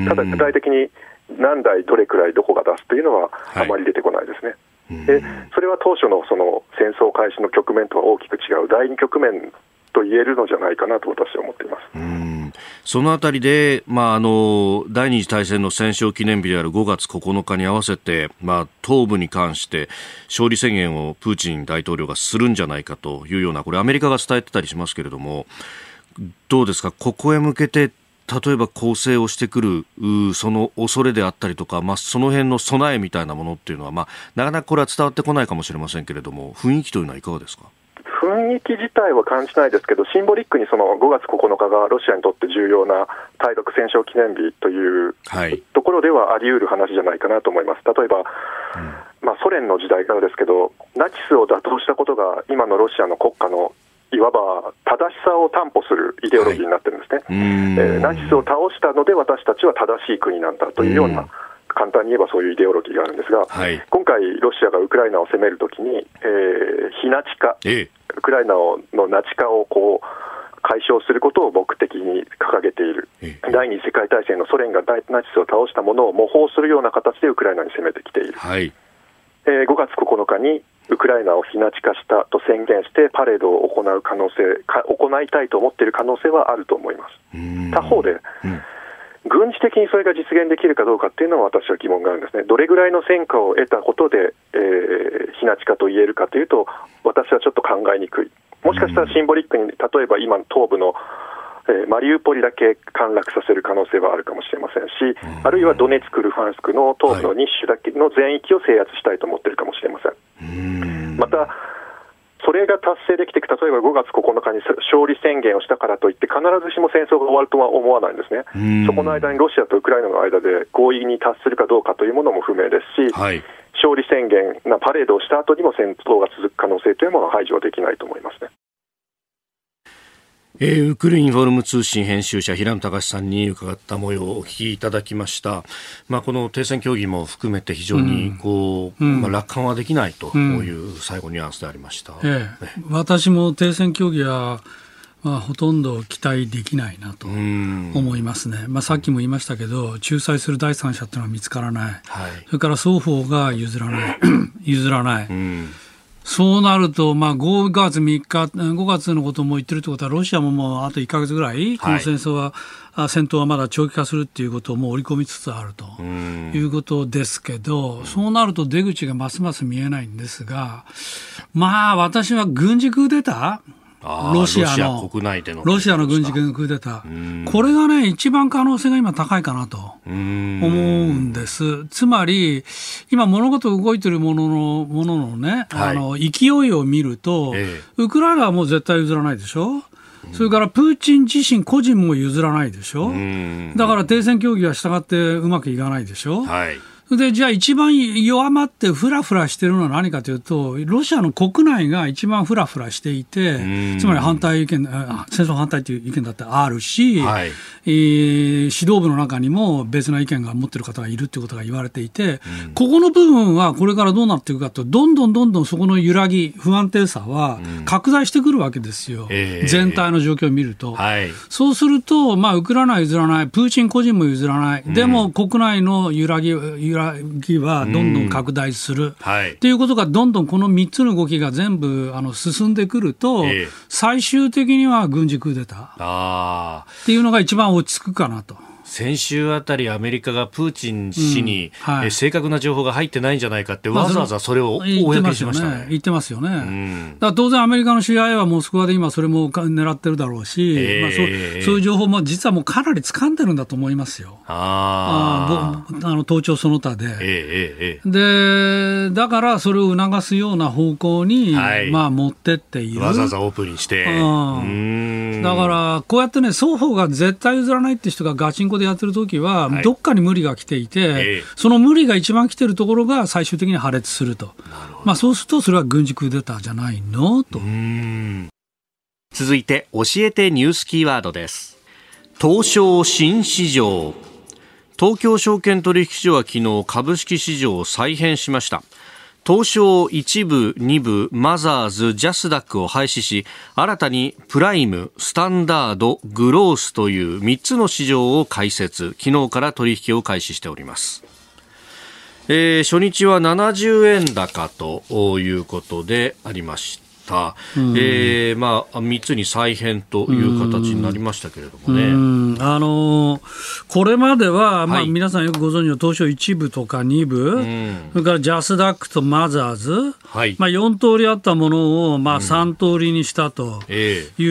ただ具体的に何台どれくらいどこが出すというのはあまり出てこないですね。でそれは当初のその戦争開始の局面とは大きく違う第二局面と言えるのじゃないかなと私は思っています。 そのあたりで、第二次大戦の戦勝記念日である5月9日に合わせて、東部に関して勝利宣言をプーチン大統領がするんじゃないかというような、これアメリカが伝えてたりしますけれども、どうですか、ここへ向けて例えば攻勢をしてくるその恐れであったりとか、その辺の備えみたいなものっていうのは、なかなかこれは伝わってこないかもしれませんけれども、雰囲気というのはいかがですか？ 雰囲気自体は感じないですけど、シンボリックにその5月9日がロシアにとって重要な対独戦勝記念日というところではあり得る話じゃないかなと思います。例えば、ソ連の時代からですけど、ナチスを打倒したことが今のロシアの国家のいわば正しさを担保するイデオロギーになってるんですね。ナチスを倒したので私たちは正しい国なんだというような、簡単に言えばそういうイデオロギーがあるんですが、今回ロシアがウクライナを攻めるときに、非ナチ化、ウクライナのナチ化を解消することを目的に掲げている。第二次世界大戦のソ連がナチスを倒したものを模倣するような形でウクライナに攻めてきている。5月9日にウクライナを非ナチ化したと宣言してパレードを行いたいと思っている可能性はあると思います。他方で、軍事的にそれが実現できるかどうかっていうのは私は疑問があるんですね。どれぐらいの戦果を得たことで、非ナチ化と言えるかというと、私はちょっと考えにくい。もしかしたらシンボリックに、例えば今東部の、マリウポリだけ陥落させる可能性はあるかもしれませんし、あるいはドネツク、ルファンスクの東部の2州だけの全域を制圧したいと思っているかもしれません。またそれが達成できていく、例えば5月9日に勝利宣言をしたからといって必ずしも戦争が終わるとは思わないんですね。そこの間にロシアとウクライナの間で合意に達するかどうかというものも不明ですし、勝利宣言なパレードをした後にも戦闘が続く可能性というものは排除はできないと思いますね。 ウクルインフォルム通信編集者平野隆さんに伺った模様をお聞きいただきました。この停戦協議も含めて非常に楽観はできないという最後ニュアンスでありました。 私も停戦協議はほとんど期待できないなと思いますね。さっきも言いましたけど、仲裁する第三者というのは見つからない、それから双方が譲らないそうなると、5月3日、5月のことも言ってるってことは、ロシアももうあと1ヶ月ぐらい、この戦闘はまだ長期化するっていうことをもう織り込みつつあるということですけど、そうなると出口がますます見えないんですが、私は軍事クーデターロシアの国内でのロシアの軍事クーデター、これがね、一番可能性が今高いかなと思うんです。つまり、今物事動いてるもののね、勢いを見ると、ウクライナはもう絶対譲らないでしょ。それからプーチン自身個人も譲らないでしょ。だから停戦協議は従ってうまくいかないでしょ。で、じゃあ一番弱まってフラフラしてるのは何かというと、ロシアの国内が一番フラフラしていて、つまり反対意見、戦争反対という意見だってあるし、指導部の中にも別な意見が持っている方がいるということが言われていて、ここの部分はこれからどうなっていくかと、どんどんそこの揺らぎ、不安定さは拡大してくるわけですよ。全体の状況を見ると。そうすると、ウクライナは譲らない、プーチン個人も譲らない、でも国内の揺らぎはどんどん拡大する、ということがどんどんこの3つの動きが全部進んでくると、最終的には軍事クーデターっていうのが一番落ち着くかなと。 先週あたりアメリカがプーチン氏に、正確な情報が入ってないんじゃないかってわざわざそれを公にしましたね。 言ってますよね。だから当然アメリカの CIA はモスクワで今それも狙ってるだろうし、そういう情報も実はもうかなり掴んでるんだと思いますよ。盗聴その他で、でだからそれを促すような方向に、持ってっている。 わざわざオープンにして、 だからこうやってね、双方が絶対譲らないって人がガチンコでやってるときは、どっかに無理が来ていて、その無理が一番来てるところが最終的に破裂すると。そうするとそれは軍事クーデターじゃないのと。 続いて教えてニュースキーワードです。東証新市場。東京証券取引所は昨日株式市場を再編しました。東証1部、2部、マザーズ、ジャスダックを廃止し、新たにプライム、スタンダード、グロースという3つの市場を開設。昨日から取引を開始しております。初日は70円高ということでありました。3つに再編という形になりましたけれどもね。 これまでは、皆さんよくご存知の東証1部とか2部、それからジャスダックとマザーズ、4通りあったものを、3通りにしたという、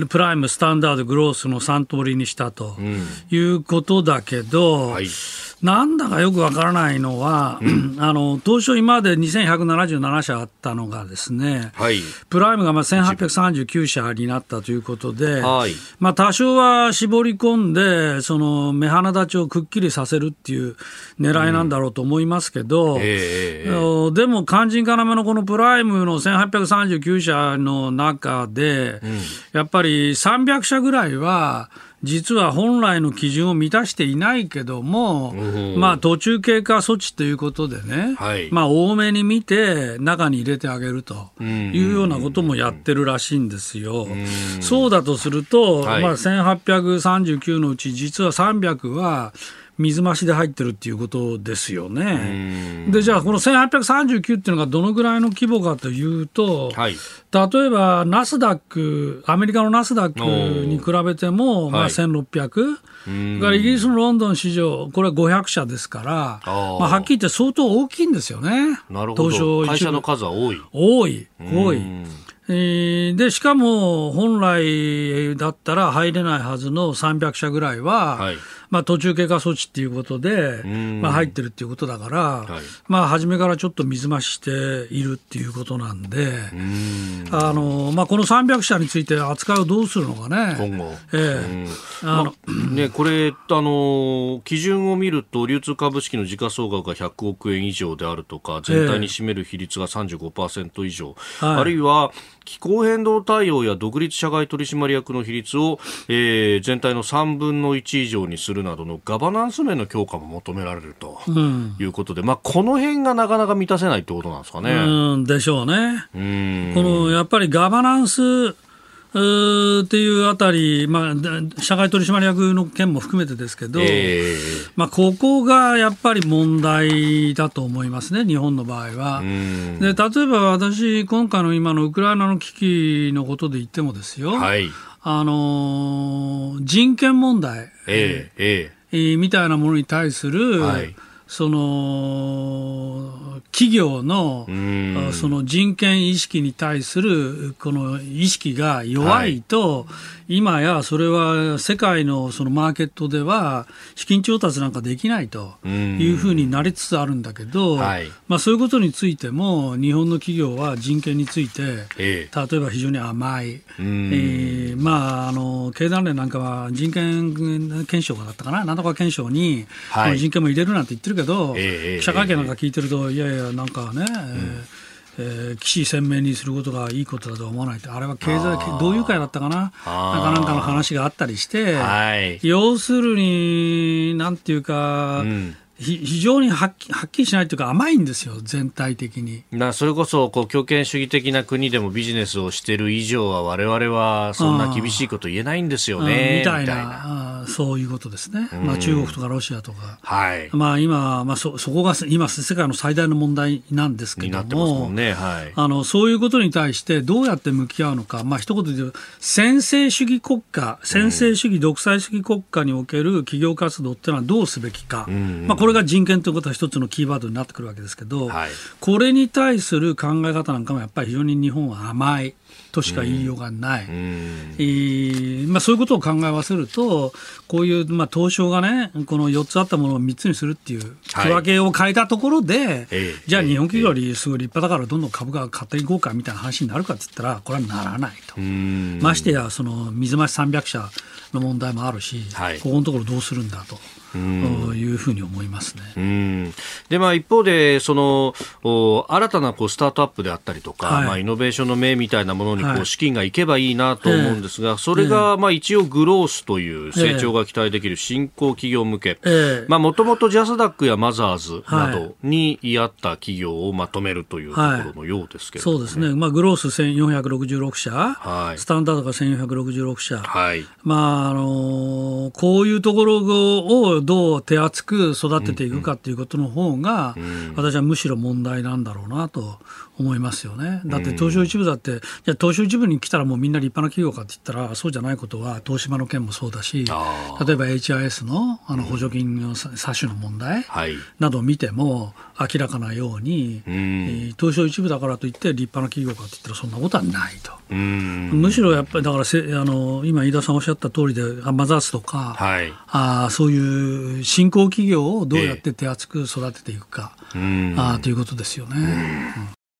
プライム、スタンダード、グロースの3通りにしたということだけど、なんだかよくわからないのは、東証今まで2177社あったのがですね、プライムが1839社になったということで、多少は絞り込んでその目鼻立ちをくっきりさせるっていう狙いなんだろうと思いますけど、でも肝心要のこのプライムの1839社の中で、やっぱり300社ぐらいは実は本来の基準を満たしていないけども、途中経過措置ということでね、多めに見て中に入れてあげるというようなこともやってるらしいんですよ。そうだとすると、1839のうち実は300は水増しで入ってるっていうことですよね。でじゃあこの1839っていうのがどのぐらいの規模かというと、例えばナスダック、アメリカのナスダックに比べても1600、イギリスのロンドン市場、これは500社ですから、はっきり言って相当大きいんですよね。 なるほど。会社の数は多い。 多い。でしかも本来だったら入れないはずの300社ぐらいは、途中経過措置っていうことで、入ってるっていうことだから、初めからちょっと水増ししているっていうことなんで、この300社について扱いをどうするのかね、 今後。これ基準を見ると流通株式の時価総額が100億円以上であるとか、全体に占める比率が 35% 以上、あるいは気候変動対応や独立社外取締役の比率を、全体の3分の1以上にするなどのガバナンス面の強化も求められるということで、この辺がなかなか満たせないってことなんですかね。 でしょうね。このやっぱりガバナンスっていうあたり、社外取締役の件も含めてですけど、ここがやっぱり問題だと思いますね、日本の場合は。で例えば私、今回の今のウクライナの危機のことで言ってもですよ、人権問題、みたいなものに対する、その企業の、その人権意識に対するこの意識が弱いと、今やそれは世界のそのマーケットでは資金調達なんかできないというふうになりつつあるんだけど、そういうことについても日本の企業は人権について、例えば非常に甘い、経団連なんかは人権憲章だったかな、なんとか憲章に、人権も入れるなんて言ってるけど、記者会見なんか聞いてると、いやいやなんかね、起死鮮明にすることがいいことだとは思わないって、あれは経済同友会だったかな、なんかの話があったりして、要するになんていうか、非常にはっきりしないというか甘いんですよ、全体的に。 それこそ強権主義的な国でもビジネスをしている以上は我々はそんな厳しいこと言えないんですよね、 みたいなそういうことですね、中国とかロシアとか、 はい、 今、そこが今世界の最大の問題なんですけども、 になってますもんね、はい、 そういうことに対してどうやって向き合うのか、一言で言うと専制主義国家、専制主義独裁主義国家における企業活動っていうのはどうすべきか、これが人権ということは一つのキーワードになってくるわけですけど、はい、これに対する考え方なんかもやっぱり非常に日本は甘いとしか言いようがない、そういうことを考え合わせると、こういう、東証がね、この4つあったものを3つにするっていう区分けを変えたところで、じゃあ日本企業よりすごい立派だからどんどん株価買っていこうかみたいな話になるかって言ったら、これはならないと。ましてやその水増し300社の問題もあるし、ここのところどうするんだというふうに思いますね。 で、一方でその新たなスタートアップであったりとか、イノベーションの芽みたいなものに資金がいけばいいなと思うんですが、それが一応グロースという成長が期待できる新興企業向け、もともとジャスダックやマザーズなどにあった企業をまとめるというところのようですけれども、 そうですね、グロース1466社、スタンダードが1466社、こういうところをどう手厚く育てていくかということの方が、私はむしろ問題なんだろうなと思いますよね。だって東証一部だって、じゃあ東証一部に来たらもうみんな立派な企業かって言ったらそうじゃないことは東芝の件もそうだし、例えば HIS の補助金の詐取の問題などを見ても明らかなように、東証一部だからといって立派な企業かって言ったらそんなことはないと。むしろやっぱりだから今飯田さんおっしゃった通りでマザーズとか、そういう新興企業をどうやって手厚く育てていくか、ということですよね。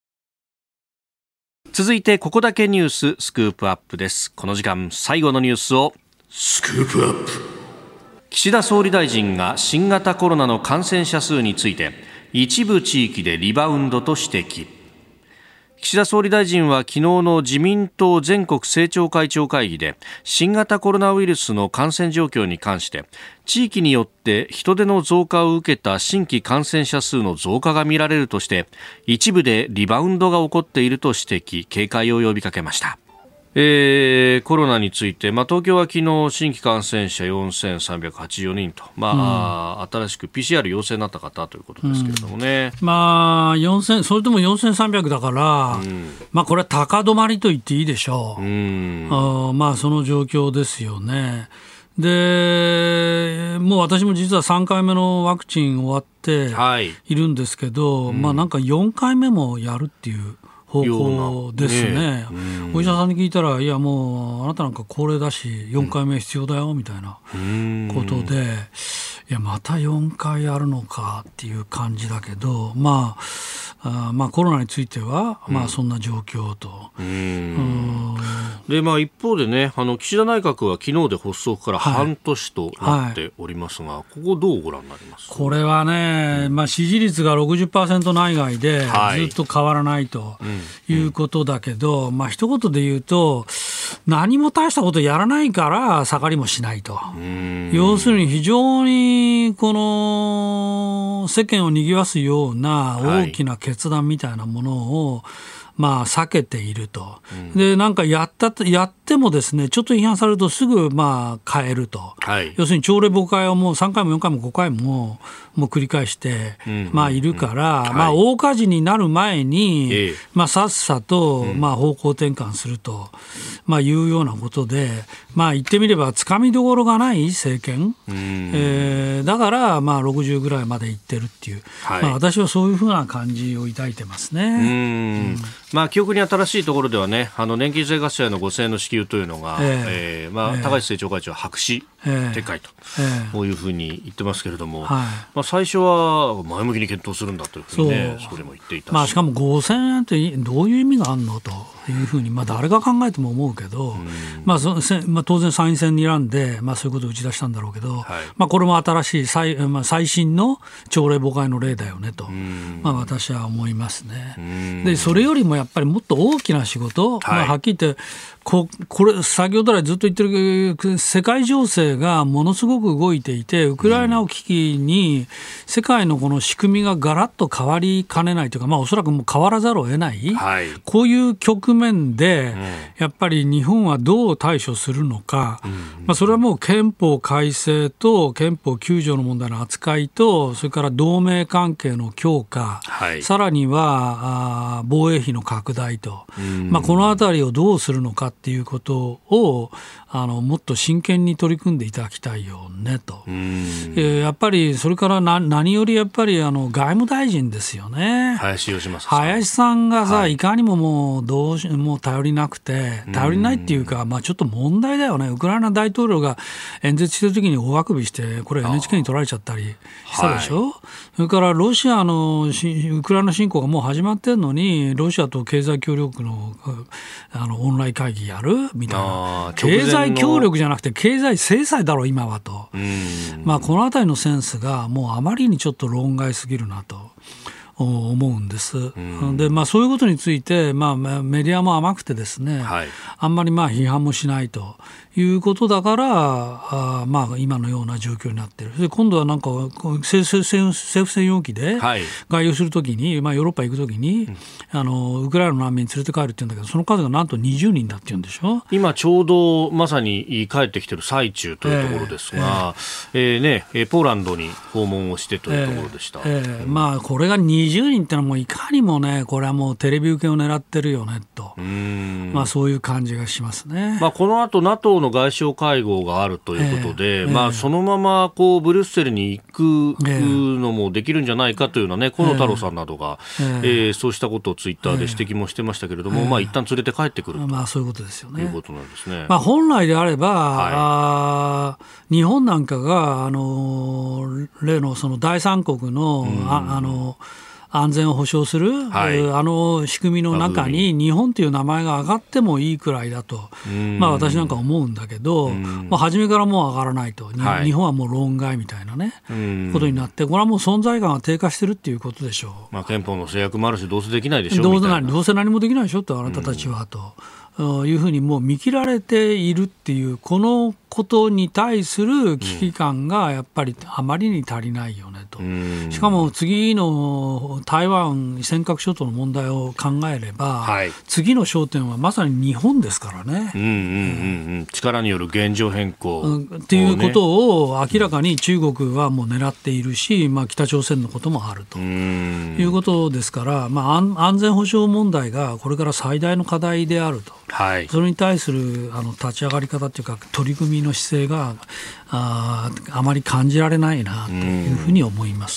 続いてここだけニューススクープアップです。この時間最後のニュースをスクープアップ。岸田総理大臣が新型コロナの感染者数について一部地域でリバウンドと指摘。岸田総理大臣は昨日の自民党全国政調会長会議で新型コロナウイルスの感染状況に関して地域によって人出の増加を受けた新規感染者数の増加が見られるとして一部でリバウンドが起こっていると指摘、警戒を呼びかけました。コロナについて、東京は昨日新規感染者4384人と、新しく PCR 陽性になった方ということですけれどもね、 4000それとも4300だから、これは高止まりと言っていいでしょう。その状況ですよね。でもう私も実は3回目のワクチン終わっているんですけど、なんか4回目もやるっていう方向ですね。お医者さんに聞いたら、いやもうあなたなんか高齢だし4回目必要だよみたいなことで、いやまた4回やるのかっていう感じだけど、コロナについてはそんな状況と。 で一方でね、岸田内閣は昨日で発足から半年となっておりますが、ここどうご覧になります？ これはね、支持率が 60% 内外でずっと変わらないということだけど、一言で言うと何も大したことやらないから盛りもしないと。要するに非常にこの世間を賑わすような大きな決断みたいなものを避けていると。でなんかやってもですね、ちょっと違反されるとすぐ変えると。要するに朝令暮改をもう3回も4回も5回も繰り返しているから、大火事になる前にさっさと方向転換するというようなことで、言ってみればつかみどころがない政権、だから60ぐらいまでいってるっていう、私はそういうふうな感じを抱いてますね。 記憶に新しいところではね、年金生活者への5000円の支給というのが、高市政調会長は白紙撤回と、こういうふうに言ってますけれども、最初は前向きに検討するんだというふうにね、それも言っていたし、 しかも5000円ってどういう意味があるのというふうに、誰が考えても思うけど、当然参院選に選んで、そういうことを打ち出したんだろうけど、これも新しい最新の朝令暮改の例だよねと、私は思いますね。でそれよりもやっぱりもっと大きな仕事、はっきり言って国これ先ほど来ずっと言ってる世界情勢がものすごく動いていて、ウクライナを危機に世界のこの仕組みがガラッと変わりかねないというか、おそらくもう変わらざるを得ない、こういう局面で、やっぱり日本はどう対処するのか、それはもう憲法改正と憲法9条の問題の扱いと、それから同盟関係の強化、さらには防衛費の拡大と、このあたりをどうするのかっていうことをもっと真剣に取り組んでいただきたいよねと。やっぱりそれから何よりやっぱり外務大臣ですよね。 林芳正さん。 林さんがさ、いかにももう頼りなくて、頼りないっていうか、ちょっと問題だよね。ウクライナ大統領が演説してる時に大あくびして、これ NHK に取られちゃったりしたでしょ。それからロシアのウクライナ侵攻がもう始まってるのに、ロシアと経済協力のオンライン会議やるみたいな。経済協力じゃなくて経済制裁だろ今はと。このあたりのセンスがもうあまりにちょっと論外すぎるなと思うんです。で、そういうことについて、メディアも甘くてですね、あんまり批判もしないということだから、今のような状況になっている。で、今度はなんか政府専用機で外遊するときに、ヨーロッパ行くときに、ウクライナの難民連れて帰るって言うんだけど、その数がなんと20人だって言うんでしょ。 今ちょうどまさに帰ってきてる最中というところですが、ポーランドに訪問をしてというところでした。 これが20人ってのはもういかにもね、これはもうテレビ受けを狙ってるよねと、そういう感じがしますね。 この後 NATO の外相会合があるということで、そのままブリュッセルに行くのもできるんじゃないかというような河野太郎さんなどが、そうしたことをツイッターで指摘もしてましたけれども、一旦連れて帰ってくると、 そういうことですよね。 いうことなんですね。 本来であれば、日本なんかが例のその第三国の安全を保障する、仕組みの中に日本という名前が上がってもいいくらいだと、私なんか思うんだけど、初めからもう上がらないと、日本はもう論外みたいなね、ことになって、これはもう存在感が低下してるっていうことでしょう。 憲法の制約もあるし、どうせできないでしょみたいな。 どうせ何もできないでしょと、あなたたちはというふうにもう見切られているっていう、このことに対する危機感がやっぱりあまりに足りないよねと。しかも次の台湾尖閣諸島の問題を考えれば、次の焦点はまさに日本ですからね。 力による現状変更、 っていうことを明らかに中国はもう狙っているし、北朝鮮のこともあるということですから、安全保障問題がこれから最大の課題であると。それに対する立ち上がり方というか取り組みの姿勢があまり感じられないなというふうに思います。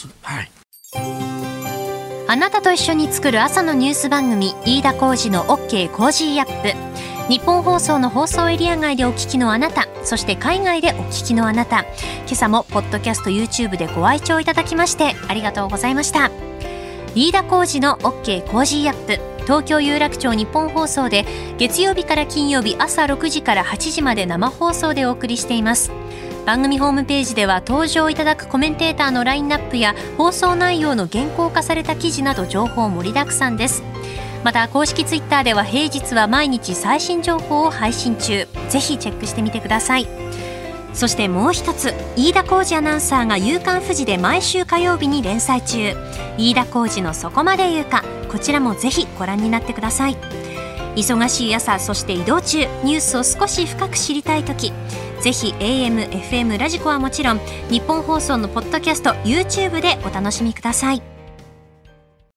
あなたと一緒に作る朝のニュース番組、飯田浩司の OK コージーアップ。日本放送の放送エリア外でお聞きのあなた、そして海外でお聞きのあなた、今朝もポッドキャスト YouTube でご愛聴いただきましてありがとうございました。飯田浩司の OK コージーアップ、東京有楽町日本放送で月曜日から金曜日朝6時から8時まで生放送でお送りしています。番組ホームページでは登場いただくコメンテーターのラインナップや放送内容の原稿化された記事など情報盛りだくさんです。また公式ツイッターでは平日は毎日最新情報を配信中、ぜひチェックしてみてください。そしてもう一つ、飯田浩司アナウンサーが夕刊フジで毎週火曜日に連載中、飯田浩司のそこまで言うか、こちらもぜひご覧になってください。忙しい朝、そして移動中、ニュースを少し深く知りたいとき、ぜひ AM、FM、ラジコはもちろん日本放送のポッドキャスト YouTube でお楽しみください。